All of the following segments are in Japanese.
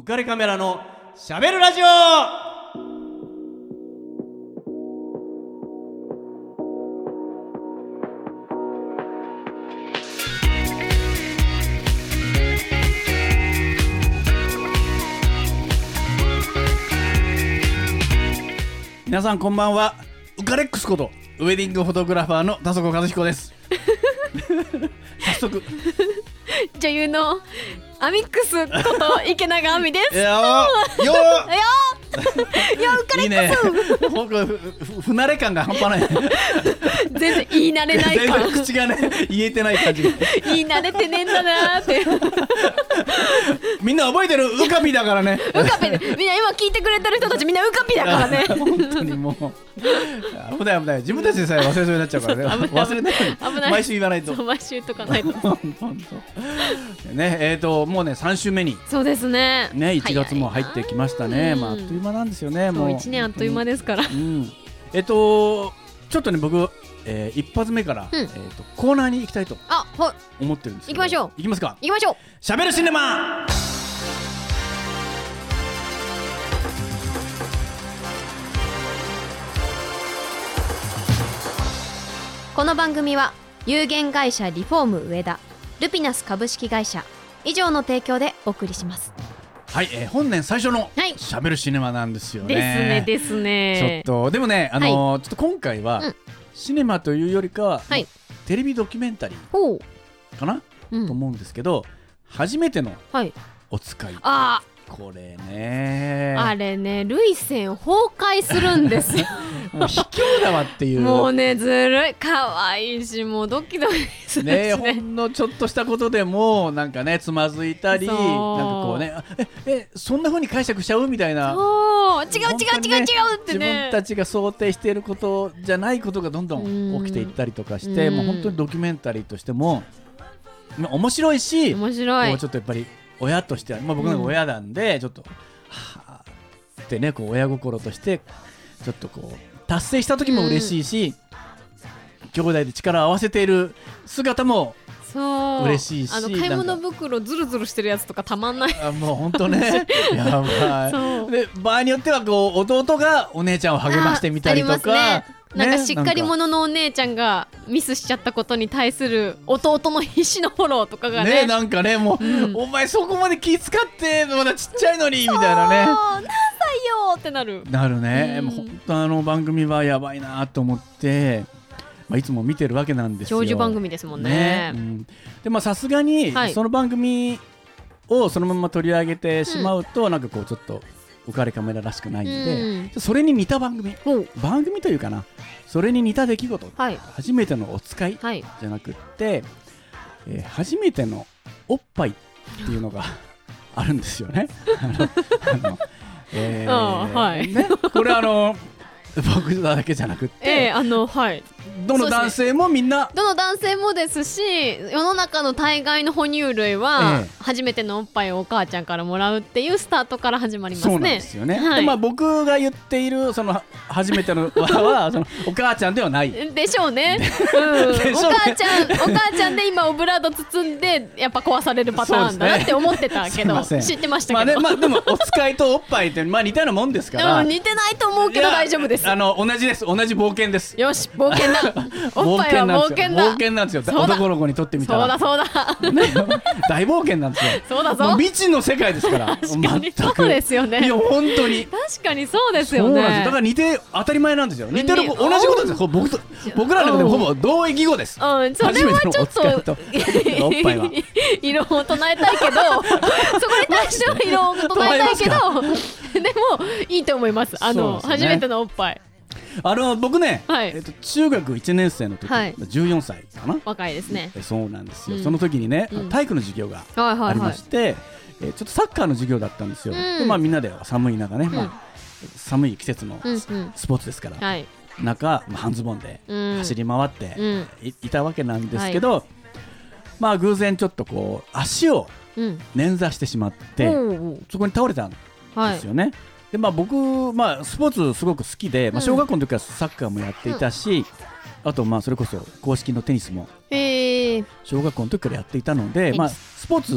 浮かれカメラのしゃべるラジオ。皆さんこんばんは。ウカレックスことウェディングフォトグラファーの田底和彦です早速女優のアミックスこと池永亜美です。 よーよいやウカレックスいいねほんと不慣れ感が半端ない全然言い慣れない全感然口がね言えてない感じ言い慣れてねえんだなーってみんな覚えてるウカピだからねウカピでみんな今聞いてくれてる人たちみんなウカピだからね本当にもう危ない危ない自分たちでさえ忘れそうになっちゃうからね忘れないように毎週言わないとそう毎週言っとかないと本当ねもうね3週目にそうですね 1月も入ってきましたね。まああっという間なんですよね。もう 1年あっという間ですから、 ちょっとね僕、一発目から、コーナーに行きたいと思ってるんですけど、 行きましょう。 行きますか。 行きましょう。 しゃべるシネマ。 この番組は有限会社リフォーム上田ルピナス株式会社以上の提供でお送りします。 はい、本年最初のしゃべるシネマなんですよね。 ですね。 ちょっとでもねちょっと今回は、シネマというよりかは、テレビドキュメンタリーかな、と思うんですけど、初めてのお使い、これねあれね涙腺崩壊するんですよもう卑怯だわっていうもうねずるい可愛いしもうドキドキするしねほんのちょっとしたことでもなんかねつまずいたりなんかこうねそんな風に解釈しちゃうみたいな違うってね自分たちが想定していることじゃないことがどんどん起きていったりとかしてもう本当にドキュメンタリーとしても面白いし面白いちょっとやっぱり親としては、僕の親なんで、ちょっとはーってねこう親心としてちょっとこう達成した時も嬉しいし、兄弟で力を合わせている姿も嬉しいし、 買い物袋ズルズルしてるやつとかたまんないもう本当ねやばいで場合によってはこう弟がお姉ちゃんを励ましてみたりとかなんかしっかり者のお姉ちゃんがミスしちゃったことに対する弟の必死のフォローとかがねなんかねもう、お前そこまで気遣ってまだちっちゃいのにみたいなね何歳よってなるね、もう本当番組はやばいなと思っていつも見てるわけなんですよ。 長寿番組ですもんね。 でさすがにその番組をそのまま取り上げてしまうと、なんかこうちょっと浮かれカメラらしくないんで、それに似た番組というかな、それに似た出来事、初めてのお使いじゃなくって、初めてのおっぱいっていうのがあるんですよね。これ僕だけじゃなくって、どの男性もみんなどの男性もですし、世の中の大概の哺乳類は、初めてのおっぱいをお母ちゃんからもらうっていうスタートから始まりますね。 そうなんですよね。で僕が言っているその初めてのはそのお母ちゃんではないでしょうね。お母ちゃんで今オブラート包んでやっぱ壊されるパターンだなって思ってたけど、知ってましたけど、 でもお使いとおっぱいって似たようなもんですから。 似てないと思うけど大丈夫です。 同じです。同じ冒険です。 よし冒険だおっぱいは冒険だ。 冒険なんですよ。男の子にとってみたらそうだ大冒険なんですよ。 そうだぞ。 未知の世界ですから。 確かにそうですよね。 いや本当に確かにそうですよね。 だから似て当たり前なんですよ。似てる同じことですよ。僕らの中でもほぼ同義語です。 それはちょっとおっぱいは異論を唱えたいけどそこに対しては異論を唱えたいけどでもいいと思います。初めてのおっぱい僕ね、中学1年生の時、14歳かな。 若いですね。 そうなんですよ。その時にね、体育の授業がありまして、ちょっとサッカーの授業だったんですよ。でみんなで寒い中ね、寒い季節のスポーツですから、中半ズボンで走り回っていたわけなんですけど、偶然ちょっとこう足を捻挫してしまって、そこに倒れたんですよね。で僕、スポーツすごく好きで、小学校の時からサッカーもやっていたし、あとそれこそ公式のテニスも小学校の時からやっていたので、スポーツ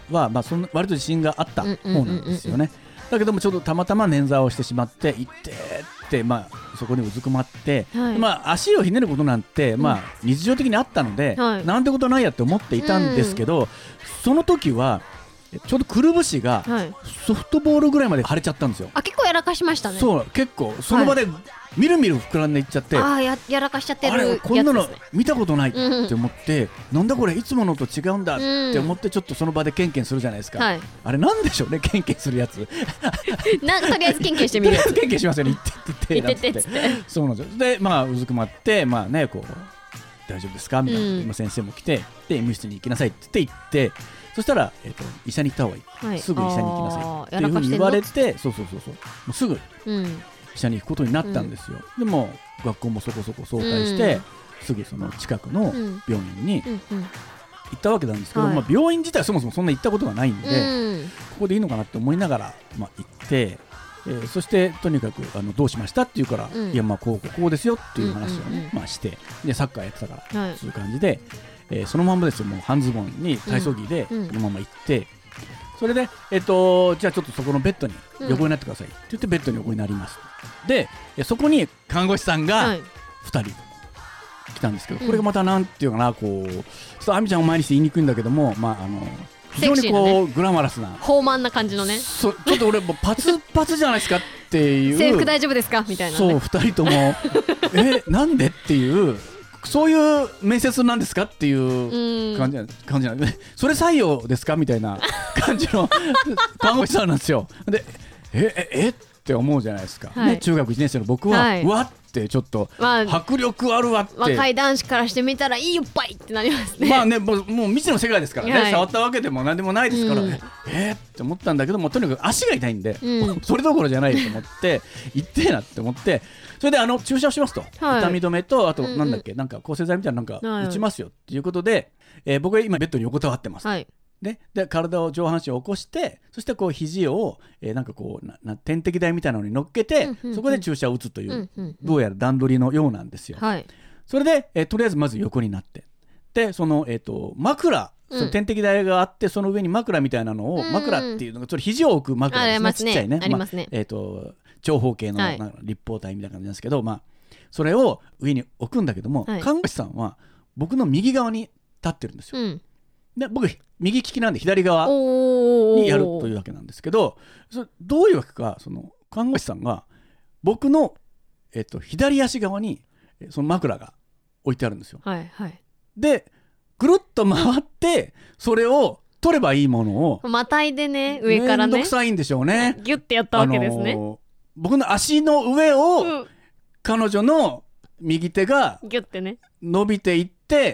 は、まあ、割と自信があった方なんですよね。だけどもちょっとたまたま捻挫をしてしまって行ってって、まあ、そこにうずくまって、はい、まあ、足をひねることなんて、まあ、日常的にあったので、はい、なんてことないやって思っていたんですけど、その時はちょうどくるぶしがソフトボールぐらいまで腫れちゃったんですよ。 あ、結構やらかしましたね。 そう、結構その場でみるみる膨らんでいっちゃって、 やらかしちゃってるやつですね。 こんなの見たことないって思って、なんだこれいつものと違うんだって思ってちょっとその場でケンケンするじゃないですか、はい、あれなんでしょうね、ケンケンするやつとりあえずケンケンしてみるやつケンケンしますよね、言ってってそうなんですよ。で、まあ、うずくまって、まあね、こう大丈夫ですかみたいな、先生も来て、で医務室に行きなさいって言ってそしたら、医者に行った方がいい、はい、すぐ医者に行きなさいっていうふうに言われて、もうすぐ医者に行くことになったんですよ。でも学校もそこそこ早退して、すぐその近くの病院に行ったわけなんですけど、まあ、病院自体そもそもそんな行ったことがないんで、ここでいいのかなって思いながら、まあ、行って、そしてとにかくどうしましたって言うから、いや、まあこうですよっていう話をね、まあ、して、でサッカーやってたから、そういう感じで、そのまんまですよ。もう半ズボンに体操着でそのまま行って、それで、じゃあちょっとそこのベッドに横になってくださいって言ってベッドに横になります。でそこに看護師さんが2人来たんですけど、これがまたなんていうかな、こうちょっと亜美ちゃんを前にして言いにくいんだけども、まあ非常にこうグラマラスな豊満な感じのね、 ちょっと俺もパツパツじゃないですかっていう制服大丈夫ですかみたいな、 そう2人ともなんでっていう、そういう面接なんですかっていう感じなんで、それ採用ですかみたいな感じの看護師さんなんですよ。でって思うじゃないですか、はい、ね、中学1年生の僕は、はい、うわってちょっと、迫力あるわって、 若い男子からしてみたらいいよっぱいってなりますね。 まあね、もう未知の世界ですからね、はい、触ったわけでも何でもないですから、って思ったんだけども、とにかく足が痛いんで、それどころじゃないと思って痛えなって思って、それで注射をしますと、はい、痛み止めとあとなんだっけ、なんか抗生剤みたいな、なんか打ちますよっていうことで、僕は今ベッドに横たわってます、はい、で体を上半身を起こして、そしてこう肘を、なんかこう点滴台みたいなのに乗っけて、そこで注射を打つという、どうやら段取りのようなんですよ、はい、それで、とりあえずまず横になって、でその、枕、その点滴台があって、その上に枕みたいなのを、枕っていうのがちょっと肘を置く枕ですね、ちっちゃいね、 ありますね、 長方形の立方体みたいな感じなんですけど、まあ、それを上に置くんだけども、看護師さんは僕の右側に立ってるんですよ、で僕右利きなんで左側にやるというわけなんですけど、それどういうわけか、その看護師さんが僕の、左足側にその枕が置いてあるんですよ、はいはい、でぐるっと回ってそれを取ればいいものをまたいでね、上からね、 めんどくさいんでしょうね、 ギュッてやったわけですね、 僕の足の上を、彼女の右手がギュッてね伸びていって、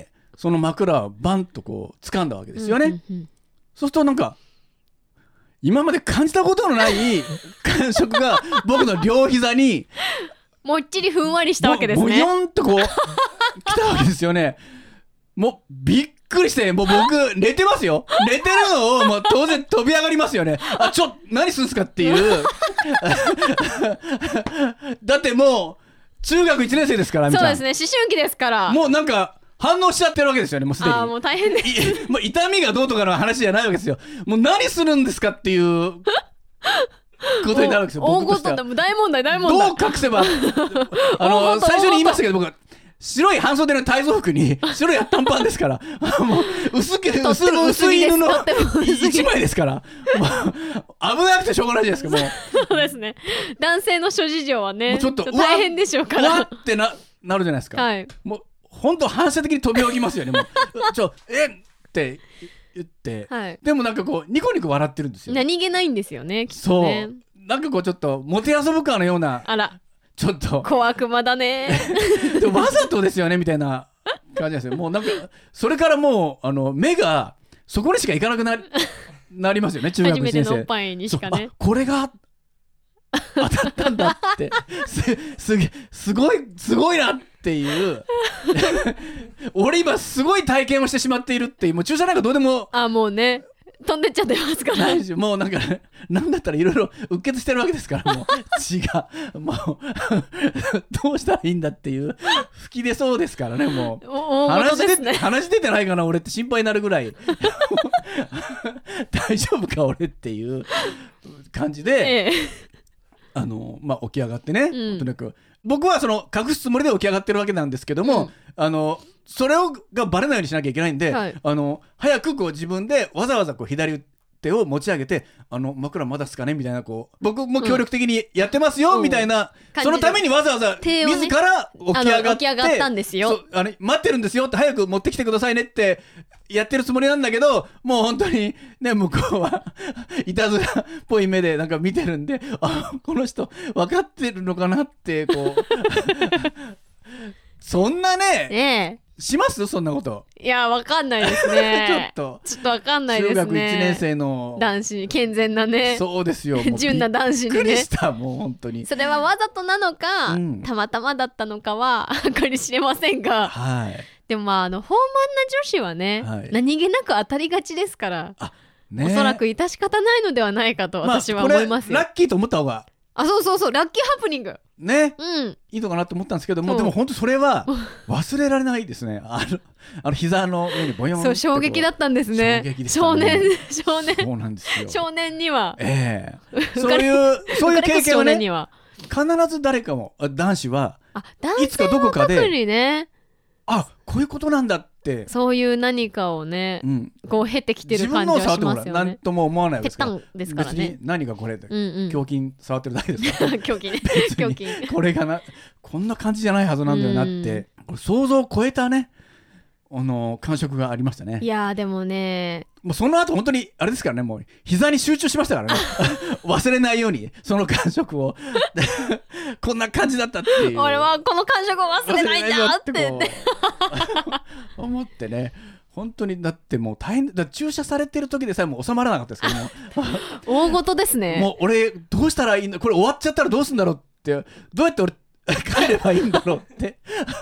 その枕をバンとこう掴んだわけですよね、そうするとなんか今まで感じたことのない感触が僕の両膝にもっちりふんわりしたわけですね、 ボヨンとこう来たわけですよね。もうびっくりして、もう僕寝てますよ、寝てるのをもう当然飛び上がりますよね。何するんですかっていうだってもう中学1年生ですから、 そうですね、思春期ですから、 もうなんか反応しちゃってるわけですよね、もうすでに。 もう大変ですもう痛みがどうとかの話じゃないわけですよ。もう何するんですかっていうことになるわけですよ。 大ごとだ、もう大問題大問題。 どう隠せば最初に言いましたけど、僕白い半袖の体操服に白い短パンですからもう薄い布の1枚ですから危なくてしょうがないじゃないですか。もうそうですね、男性の諸事情はねちょっと大変でしょうから、 うわってなるじゃないですか、はい、もう本当反射的に飛び起きますよねもうって言って、はい、でもなんかこうニコニコ笑ってるんですよ。 何気ないんですよね、きっとね。 そうなんかこうちょっともて遊ぶかのような、 あらちょっと小悪魔だねでもわざとですよねみたいな感じですよ。もうなんかそれからもう目がそこにしか行かなくなりますよね、中学1年生。 初めてのおっぱいにしかね、 これが当たったんだってすごいなっていう俺今すごい体験をしてしまっているっていう、もう注射なんかどうでももうね飛んでっちゃってますから、 もうなんかなんだったらいろいろうっ血してるわけですから、もう血がもうどうしたらいいんだっていう吹き出そうですからね。もう話出てないかな俺って心配になるぐらい大丈夫か俺っていう感じで、起き上がってね、とにかく僕はその隠すつもりで起き上がってるわけなんですけども、それがバレないようにしなきゃいけないんで、早くこう自分でわざわざこう左手を持ち上げて枕まだすかねみたいな、こう僕も協力的にやってますよみたいな、そのためにわざわざ自ら起き上がってったんですよ。 待ってるんですよって、早く持ってきてくださいねってやってるつもりなんだけど、もう本当にね向こうはいたずらっぽい目でなんか見てるんで、この人分かってるのかなってこうそんなねしますそんなこと。 いやわかんないですねちょっとわかんないですね。 中学1年生の男子、健全なね、 そうですよ、 純な男子にね。 びっくりした。もう本当にそれはわざとなのか、たまたまだったのかはかり知れませんが、でも豊満な女子はね、何気なく当たりがちですから、おそらく致し方ないのではないかと私は思いますよ。 ラッキーと思った方が、 そうラッキーハプニングね、いいのかなと思ったんですけども、でも本当それは忘れられないですね。膝の上にボヨンって、そう衝撃だったんですね。少年そうなんですよ。 少年には、 そういう経験をね、必ず誰かも男子はいつかどこかで、こういうことなんだって、 そういう何かをね、こう経てきてる感じはしますよね。自分のを触っても何とも思わないですから、別に何がこれで胸筋触ってるだけですから胸筋これがこんな感じじゃないはずなんだよなって、想像を超えたね感触がありましたね。 いやでもね、 もうその後本当にあれですからね、もう膝に集中しましたからね忘れないようにその感触をこんな感じだったっていう、 俺はこの感触を忘れないんだって思ってね、本当にだってもう大変だ、注射されてる時でさえもう収まらなかったですけども大事ですね。 もう俺どうしたらいいんだ、これ終わっちゃったらどうするんだろうって、どうやって俺帰ればいいんだろうって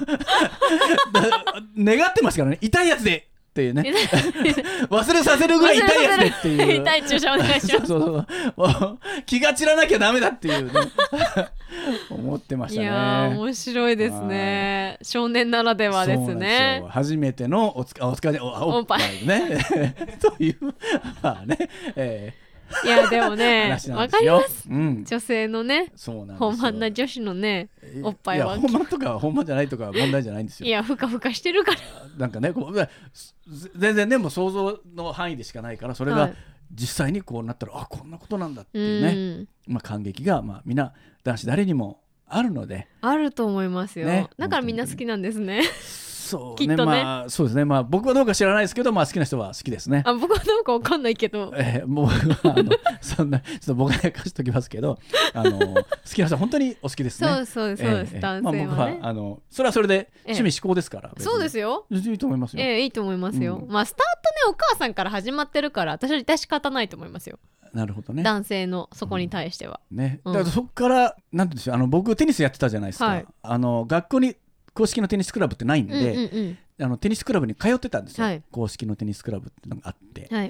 願ってますからね、痛いやつでっていうね忘れさせるぐらい痛いやつでっていう痛い注射お願いしますそう気が散らなきゃダメだっていうね思ってましたね。 いや面白いですね。少年ならではですね。 初めてのおっぱいねというまあね、 いやでもねわかります、女性のね、豊満な女子のねおっぱいは、 豊満とか豊満じゃないとか問題じゃないんですよ。 いやふかふかしてるからなんかね全然ねもう想像の範囲でしかないから、それが実際にこうなったら、こんなことなんだっていうね、感激がみんな男子誰にもあるので、 あると思いますよ、だからみんな好きなんですね。 そうね、そうですね、僕はどうか知らないですけど、好きな人は好きですね。 僕はどうか分かんないけど、 もうそんなちょっと僕が貸しときますけど、好きな人は本当にお好きですね。 そうです、男性はね。 僕はそれはそれで趣味嗜好ですから、 そうですよ、 いいと思いますよ。 いいと思いますよ。スタートねお母さんから始まってるから、私は致し方ないと思いますよ。 なるほどね。 男性のそこに対しては、 ね、だからそこからなんていうんでしょう、僕テニスやってたじゃないですか。学校に公式のテニスクラブってないんで、テニスクラブに通ってたんですよ、公式のテニスクラブっていうのがあって、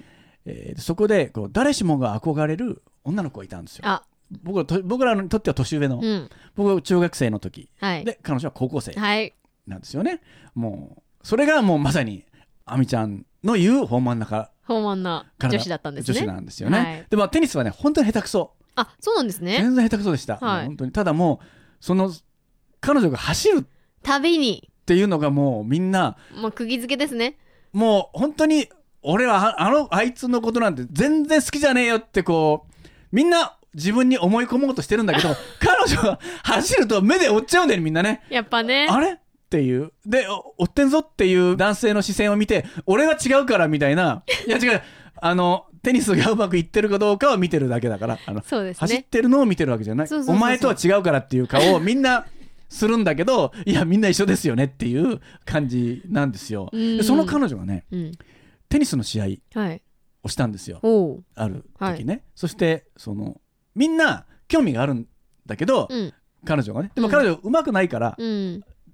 そこでこう誰しもが憧れる女の子がいたんですよ。僕らにとっては年上の、僕は中学生の時、で彼女は高校生なんですよね。もうそれがもうまさに亜美ちゃんの言う豊満な女子だったんですね。 女子なんですよね。でテニスはね本当に下手くそ。 そうなんですね。 全然下手くそでした、本当に。ただもうその彼女が走る旅にっていうのがもうみんなもう釘付けですね。 もう本当に俺はあいつのことなんて全然好きじゃねえよってこうみんな自分に思い込もうとしてるんだけど彼女が走ると目で追っちゃうんだよね、みんなね。 やっぱね、 あれっていうで追ってんぞっていう男性の視線を見て、俺は違うからみたいな、いや違うテニスがうまくいってるかどうかを見てるだけだから、 そうですね、 走ってるのを見てるわけじゃない。お前とは違うからっていう顔をみんなするんだけど、いやみんな一緒ですよねっていう感じなんですよ。でその彼女がね、テニスの試合をしたんですよ、ある時ね、そしてみんな興味があるんだけど、彼女がねでも彼女上手くないから、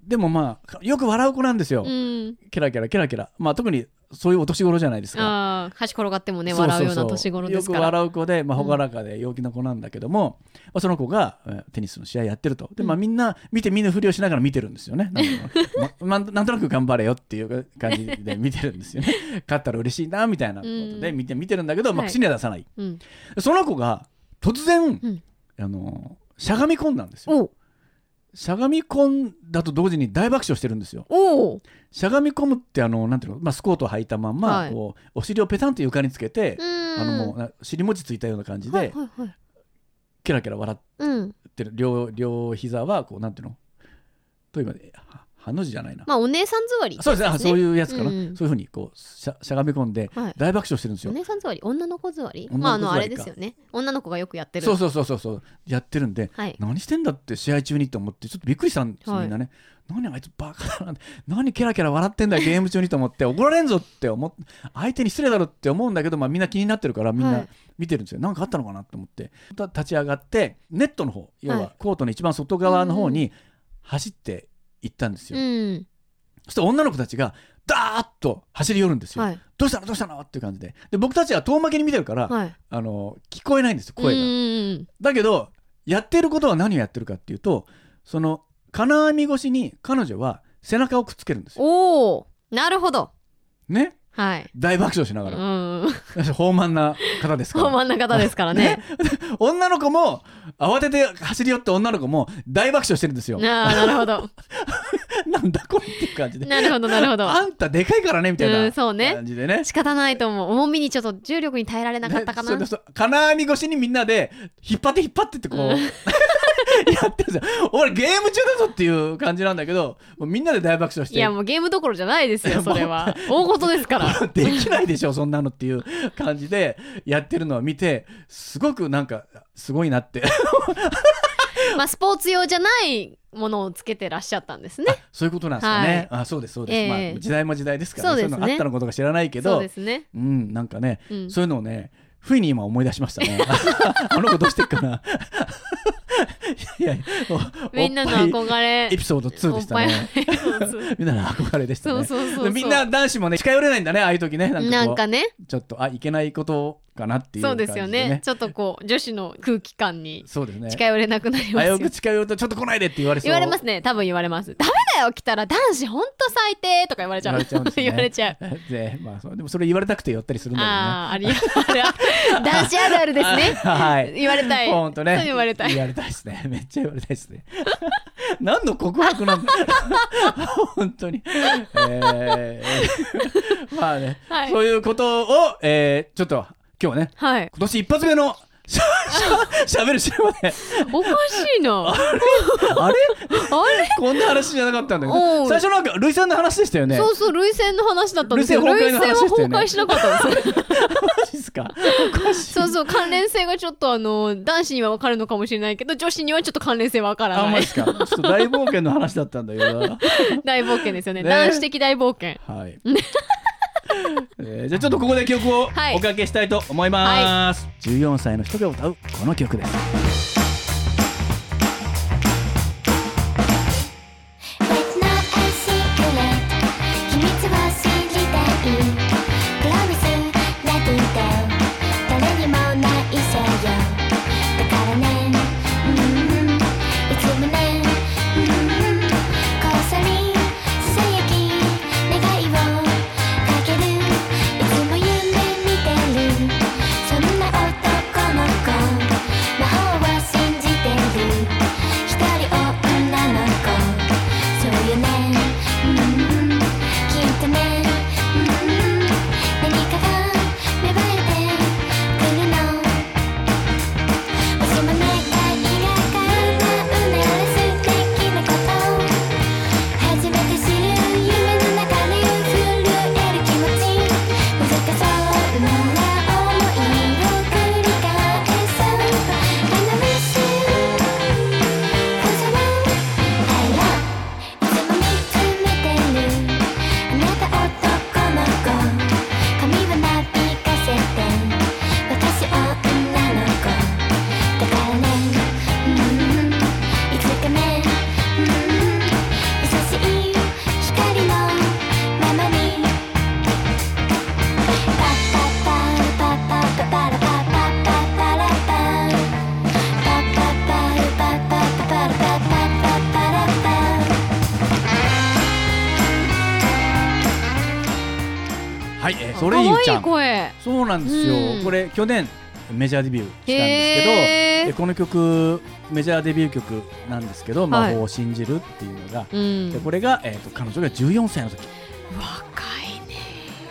でもまあよく笑う子なんですよ、ケラケラケラケラ、まあ特にそういうお年頃じゃないですか。 箸転がってもね笑うような年頃ですから。 よく笑う子で、まあ、朗らかで陽気な子なんだけども、その子がテニスの試合やってると。で、まあ、みんな見ぬふりをしながら見てるんですよね。なんとなく頑張れよっていう感じで見てるんですよね。勝ったら嬉しいなみたいなことで見てるんだけど、まあ、口には出さない、その子が突然、しゃがみ込んだんですよ。しゃがみ込んだと同時に大爆笑してるんですよ。しゃがみ込むってなんていうの、まあ、スコートを履いたまんま、こうお尻をペタンと床につけて、もう尻餅ついたような感じで、ケラケラ笑ってる、両膝はこうなんていうのと今ハの字じゃないな、 まあお姉さん座り、 そうですね、そういうやつかな、そういうふうにこうしゃがみ込んで大爆笑してるんですよ。 お姉さん座り、女の子座り、まああれですよね、女の子がよくやってる、 そうやってるんで、何してんだって試合中にと思ってちょっとびっくりしたんですよ、みんなね。何あいつバカだな、何ケラケラ笑ってんだよゲーム中にと思って怒られんぞって思って、相手に失礼だろって思うんだけど、まあ、みんな気になってるからみんな見てるんですよ。何かあったのかなと思って立ち上がってネットの方、要はコートの一番外側の方に走って行ったんですよ。そして女の子たちがダーッと走り寄るんですよ、どうしたのっていう感じで、僕たちは遠巻きに見てるから、聞こえないんですよ声が。だけどやってることは何をやってるかっていうと、その金網越しに彼女は背中をくっつけるんですよ。 おー、なるほどね、大爆笑しながら、豊満な方ですから、 豊満な方ですからね女の子も慌てて走り寄って女の子も大爆笑してるんですよ。 なるほどなんだこれっていう感じで、 なるほどあんたでかいからねみたいな感じでね、 仕方ないと思う、重みにちょっと重力に耐えられなかったかな、 金網越しにみんなで引っ張ってってこうやってるんですよ。俺ゲーム中だぞっていう感じなんだけど、もうみんなで大爆笑して、 いやもうゲームどころじゃないですよそれは大事ですからできないでしょそんなのっていう感じでやってるのを見て、すごくなんかすごいなってまあスポーツ用じゃないものをつけてらっしゃったんですね。 そういうことなんですかね、そうです、まあ、時代も時代ですから、そういうのあったのことか知らないけど、 そうですね、 なんかね、そういうのをね不意に今思い出しましたねあの子どうしてっかないやみんなの憧れエピソード2でしたねみんなの憧れでしたね。みんな男子もね近寄れないんだね、ああいう時ね、なんかねちょっといけないことかなっていう感じで、ね、 そうですよね、ちょっとこう女子の空気感に近寄れなくなりますよ。 よく近寄るとちょっと来ないでって言われそう、 言われますね、多分言われます。ダメだよ来たら男子ほんと最低とか言われちゃう言われちゃうで、まあ、でもそれ言われたくて寄ったりするんだよね。 男子あるあるですね言われたい、 ほんとね、 言われたいですね、めっちゃ言われたいですね何の告白なんだ本当にまあね、そういうことを、ちょっと今日ね、今年一発目のしゃべるシーンまでおかしいなあれこんな話じゃなかったんだけど、最初なんか涙腺の話でしたよね。 そう涙腺の話だったんですけど、涙腺は崩壊しなかったんですよマジっすか、おかしい。 そう関連性がちょっと男子には分かるのかもしれないけど女子にはちょっと関連性わからない。 マジっすか、ちょっと大冒険の話だったんだけど大冒険ですよね、男子的大冒険。 じゃあちょっとここで曲をおかけしたいと思います、14歳の人が歌うこの曲です。 魔法はソレイユちゃん。 可愛い声。 そうなんですよ、これ去年メジャーデビューしたんですけど、この曲メジャーデビュー曲なんですけど、魔法を信じるっていうのが、でこれが、彼女が14歳の時。 若いね。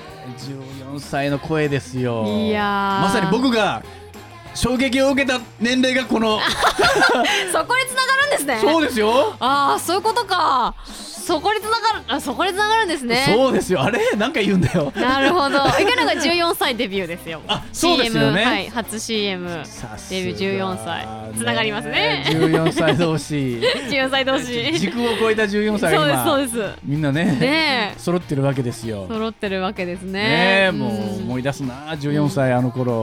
14歳の声ですよ。 いやまさに僕が衝撃を受けた年齢がこのそこに繋がるんですね。 そうですよ。 ああ、そういうことか。そこに繋がるんですね。 そうですよ。あれなんか言うんだよ。 なるほど。池永が14歳デビューですよ。 あ、そうですよね。 はい、初 CM デビュー14歳。繋がりますね。 14歳同士。 14歳同士。 時空を超えた14歳が今。 そうですそうです。 みんなね、揃ってるわけですよ。 揃ってるわけですね。 もう思い出すな、14歳あの頃。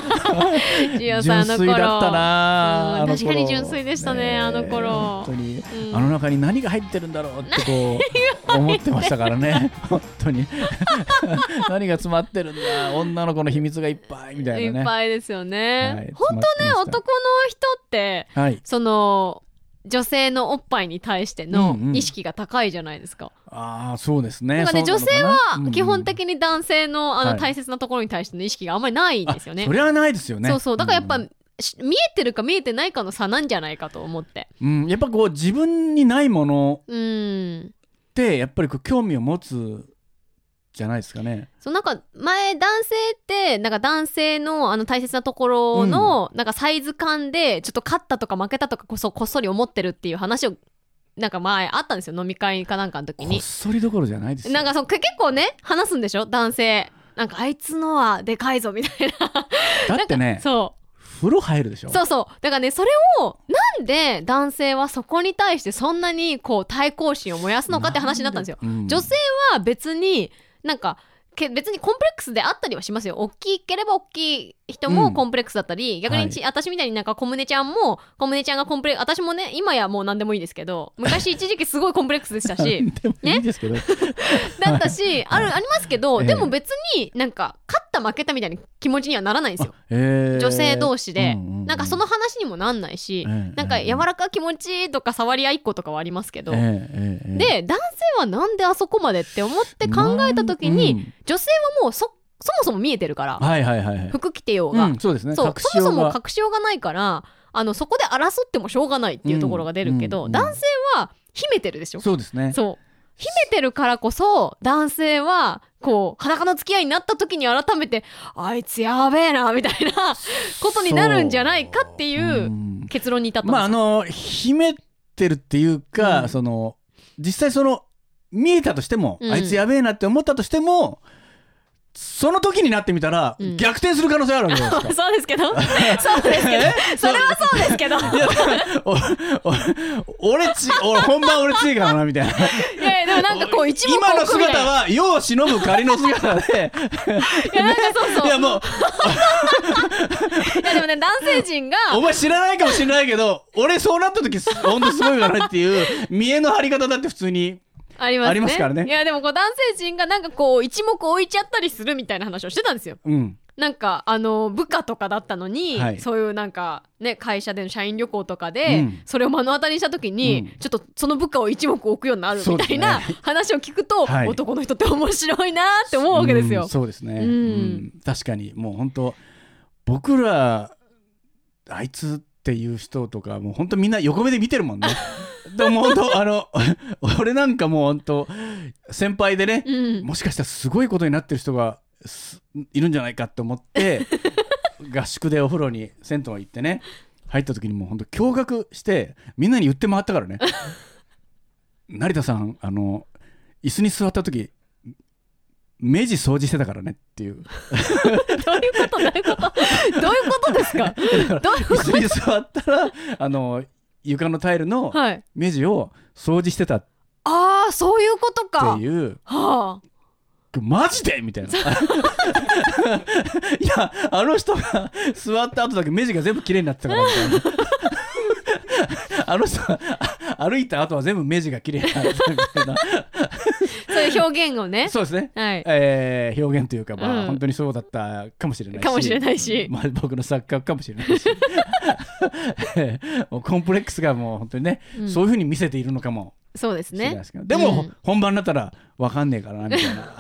14歳あの頃。純粋だったな。 確かに純粋でしたね、あの頃。 本当にあの中に何が入ってるんだろうってこう思ってましたからね。本当に何が詰まってるんだ、女の子の秘密がいっぱいみたいなね。 いっぱいですよね。本当ね、男の人って、その女性のおっぱいに対しての意識が高いじゃないですか。 ああ、そうですね。 女性は基本的に男性の大切なところに対しての意識があんまりないんですよね。 それはないですよね。 そうそう、だからやっぱ見えてるか見えてないかの差なんじゃないかと思って。 やっぱこう自分にないものってやっぱりこう興味を持つじゃないですかね。 そう、なんか前男性ってなんか男性の大切なところのなんかサイズ感でちょっと勝ったとか負けたとかこっそり思ってるっていう話をなんか前あったんですよ、飲み会かなんかの時に。 こっそりどころじゃないですよ。 なんか結構ね話すんでしょ、男性。なんかあいつのはでかいぞみたいな。 だってね、 そう風呂入るでしょ。 そうそう。だからね、それをなんで男性はそこに対してそんなにこう対抗心を燃やすのかって話になったんですよ。女性は別になんか別にコンプレックスであったりはしますよ。大きければ大きい人もコンプレックスだったり、逆に私みたいになんか小胸ちゃんがコンプレックス、私もね今やもう何でもいいですけど、昔一時期すごいコンプレックスでしたしでもいいですけど、 だったし、ありますけど、でも別になんか勝った負けたみたいな気持ちにはならないんですよ、女性同士で。なんかその話にもなんないし、なんか柔らか気持ちとか触り合いっことかはありますけど、で男性はなんであそこまでって思って考えた時に、女性はもうそもそも見えてるから、服着てようが、そうですね、そもそも隠しようがないから、そこで争ってもしょうがないっていうところが出るけど、男性は秘めてるでしょ。 そうですね。 そう秘めてるからこそ男性はこう裸の付き合いになった時に改めてあいつやべえなみたいなことになるんじゃないかっていう結論に至ったんですよ。 秘めてるっていうか、その実際その見えたとしても、あいつやべえなって思ったとしても、その時になってみたら、逆転する可能性あるわけじゃないですか。 そうですけどそうですけどそれはそうですけど、いや俺本番俺強いからなみたいな。いやでもなんかこう一目今の姿は世を忍ぶ仮の姿でいやなんかそういやもういやでもね、男性陣がお前知らないかもしれないけど、俺そうなった時ほんとすごいからねっていう見栄の張り方だって普通にありますからね。 いやでもこう男性陣がなんかこう一目置いちゃったりするみたいな話をしてたんですよ。なんか部下とかだったのに、そういうなんかね会社での社員旅行とかで、それを目の当たりにした時に、ちょっとその部下を一目置くようになるみたいな話を聞くと、男の人って面白いなって思うわけですよ。 そうですね、確かにもう本当僕らあいつっていう人とかもう本当みんな横目で見てるもんね。でも本当俺なんかもう本当先輩でね、もしかしたらすごいことになってる人がいるんじゃないかって思って合宿でお風呂に銭湯行ってね入った時にもう本当驚愕してみんなに言って回ったからね。成田さん椅子に座った時目地掃除してたからねっていう。どういうことですか。 椅子に座ったら床のタイルの目地を掃除してた、 ああそういうことかっていう、マジでみたいな。いやあの人が座った後だけ目地が全部綺麗になってたからみたいな。あの人が歩いた後は全部目地が綺麗になってたみたいな。 そういう表現をね。 そうですね、表現というか、本当にそうだったかもしれないし、僕の錯覚かもしれないしもうコンプレックスがもう本当にね、そういう風に見せているのかもそうですね。 でも、本番になったら分かんねえからなみたいな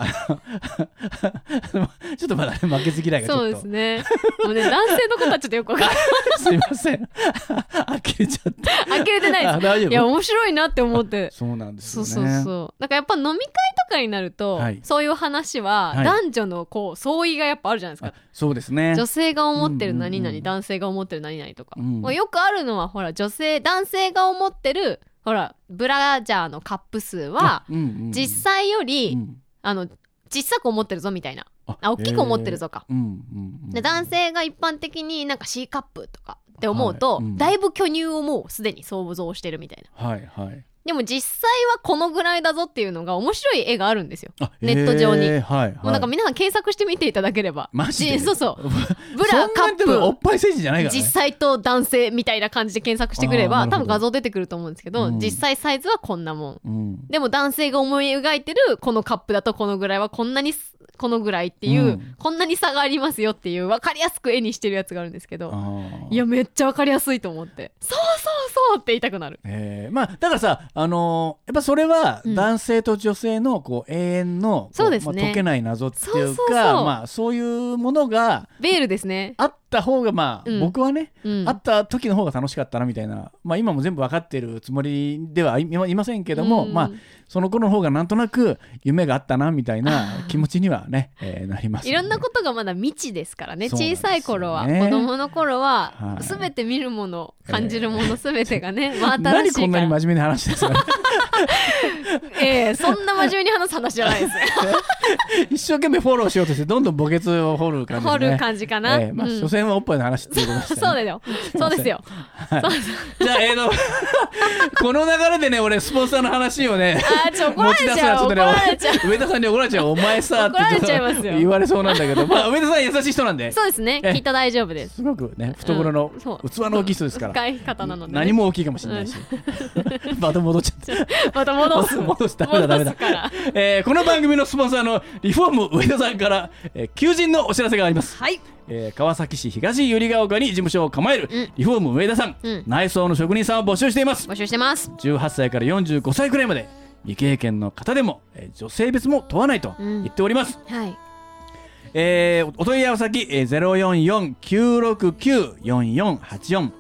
ちょっとまだ、ね、負けず嫌いがちょっとそうですね。もうね、男性の方はちょっとよく分かんないすいません呆れちゃった呆れてないです。いや面白いなって思ってそうなんですよね。 そうなんかやっぱ飲み会とかになると、はい、そういう話は男女のこう相違がやっぱあるじゃないですか。 そうですね。 女性が思ってる何々、男性が思ってる何々とか、よくあるのはほら男性が思ってるほらブラジャーのカップ数は実際より、小さく思ってるぞみたいな、大きく思ってるぞか、で男性が一般的になんか C カップとかって思うと、だいぶ巨乳をもうすでに想像してるみたいな、でも実際はこのぐらいだぞっていうのが面白い絵があるんですよ、ネット上に、もうなんか皆さん検索してみていただければ、 マジでそうブラカップおっぱい政治じゃないからね、 実際と男性みたいな感じで検索してくれば多分画像出てくると思うんですけど、実際サイズはこんなもん、でも男性が思い描いてるこのカップだとこのぐらいはこんなにこのぐらいっていう、こんなに差がありますよっていう分かりやすく絵にしてるやつがあるんですけど、いやめっちゃ分かりやすいと思って、そうって言いたくなる。 まあだからさ、やっぱそれは男性と女性のこう永遠のそうですね、 解けない謎っていうか、まあそういうものがベールですね、 あった方がまあ、僕はね、あった時の方が楽しかったなみたいな、まあ今も全部分かってるつもりではいませんけども、まあその頃の方がなんとなく夢があったなみたいな気持ちにはね、なります、ね、 いろんなことがまだ未知ですからね、小さい頃は、子供の頃は、全て見るもの、感じるもの全てがね、まあ新しいから。 何こんなに真面目に話してるんですかそんな真面目に話す話じゃないです一生懸命フォローしようとしてどんどん墓穴を掘る感じですね。 掘る感じかな、 まあ所詮はおっぱいの話っていうことですね。 そうですよじゃあこの流れでね、俺スポンサーの話をね怒られちゃう、 上田さんに怒られちゃう、お前さって言われそうなんだけど、まあ上田さん優しい人なんで、 そうですね、きっと大丈夫です。 すごくね、懐の器の大きい人ですから、 深い方なので、 何も大きいかもしれないし、また戻っちゃったまた戻すダメだこの番組のスポンサーのリフォーム上田さんから求人のお知らせがあります。 はい、 川崎市東百合ヶ丘に事務所を構えるリフォーム上田さん、内装の職人さんを募集しています。18歳から45歳くらいまで、未経験の方でも、女性別も問わないと言っております。お問い合わせ先、044-969-4484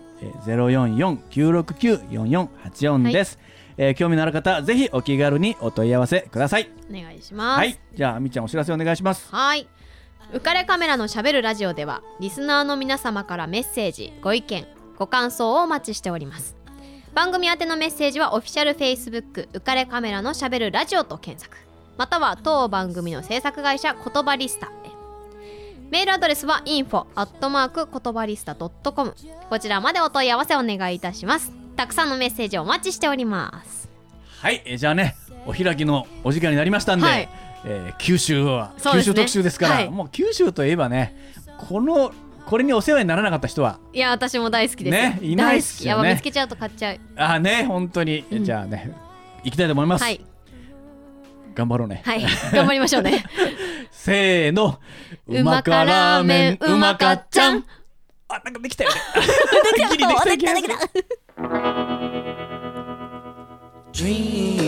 044-969-4484 です。興味のある方、ぜひお気軽にお問い合わせください。 お願いします。 はい、じゃあみっちゃんお知らせお願いします。 はい、浮かれカメラのしゃべるラジオではリスナーの皆様からメッセージ、ご意見、ご感想をお待ちしております。番組宛てのメッセージはオフィシャル Facebook 浮かれカメラのしゃべるラジオと検索、または当番組の制作会社言葉リスタへ。メールアドレスは info@ 言葉リスタ .com、 こちらまでお問い合わせお願いいたします。たくさんのメッセージをお待ちしております。 はい、じゃあね、お開きのお時間になりましたんで、九州九州特集ですから、もう九州といえばね、これにお世話にならなかった人は、 いや私も大好きですね、いないっすよね。 見つけちゃうと買っちゃう。 本当に、じゃあね、行きたいと思います。頑張ろうね。 頑張りましょうねせーの、うまかラーメンうまかっちゃん。なんかできたよねギリできた気がする。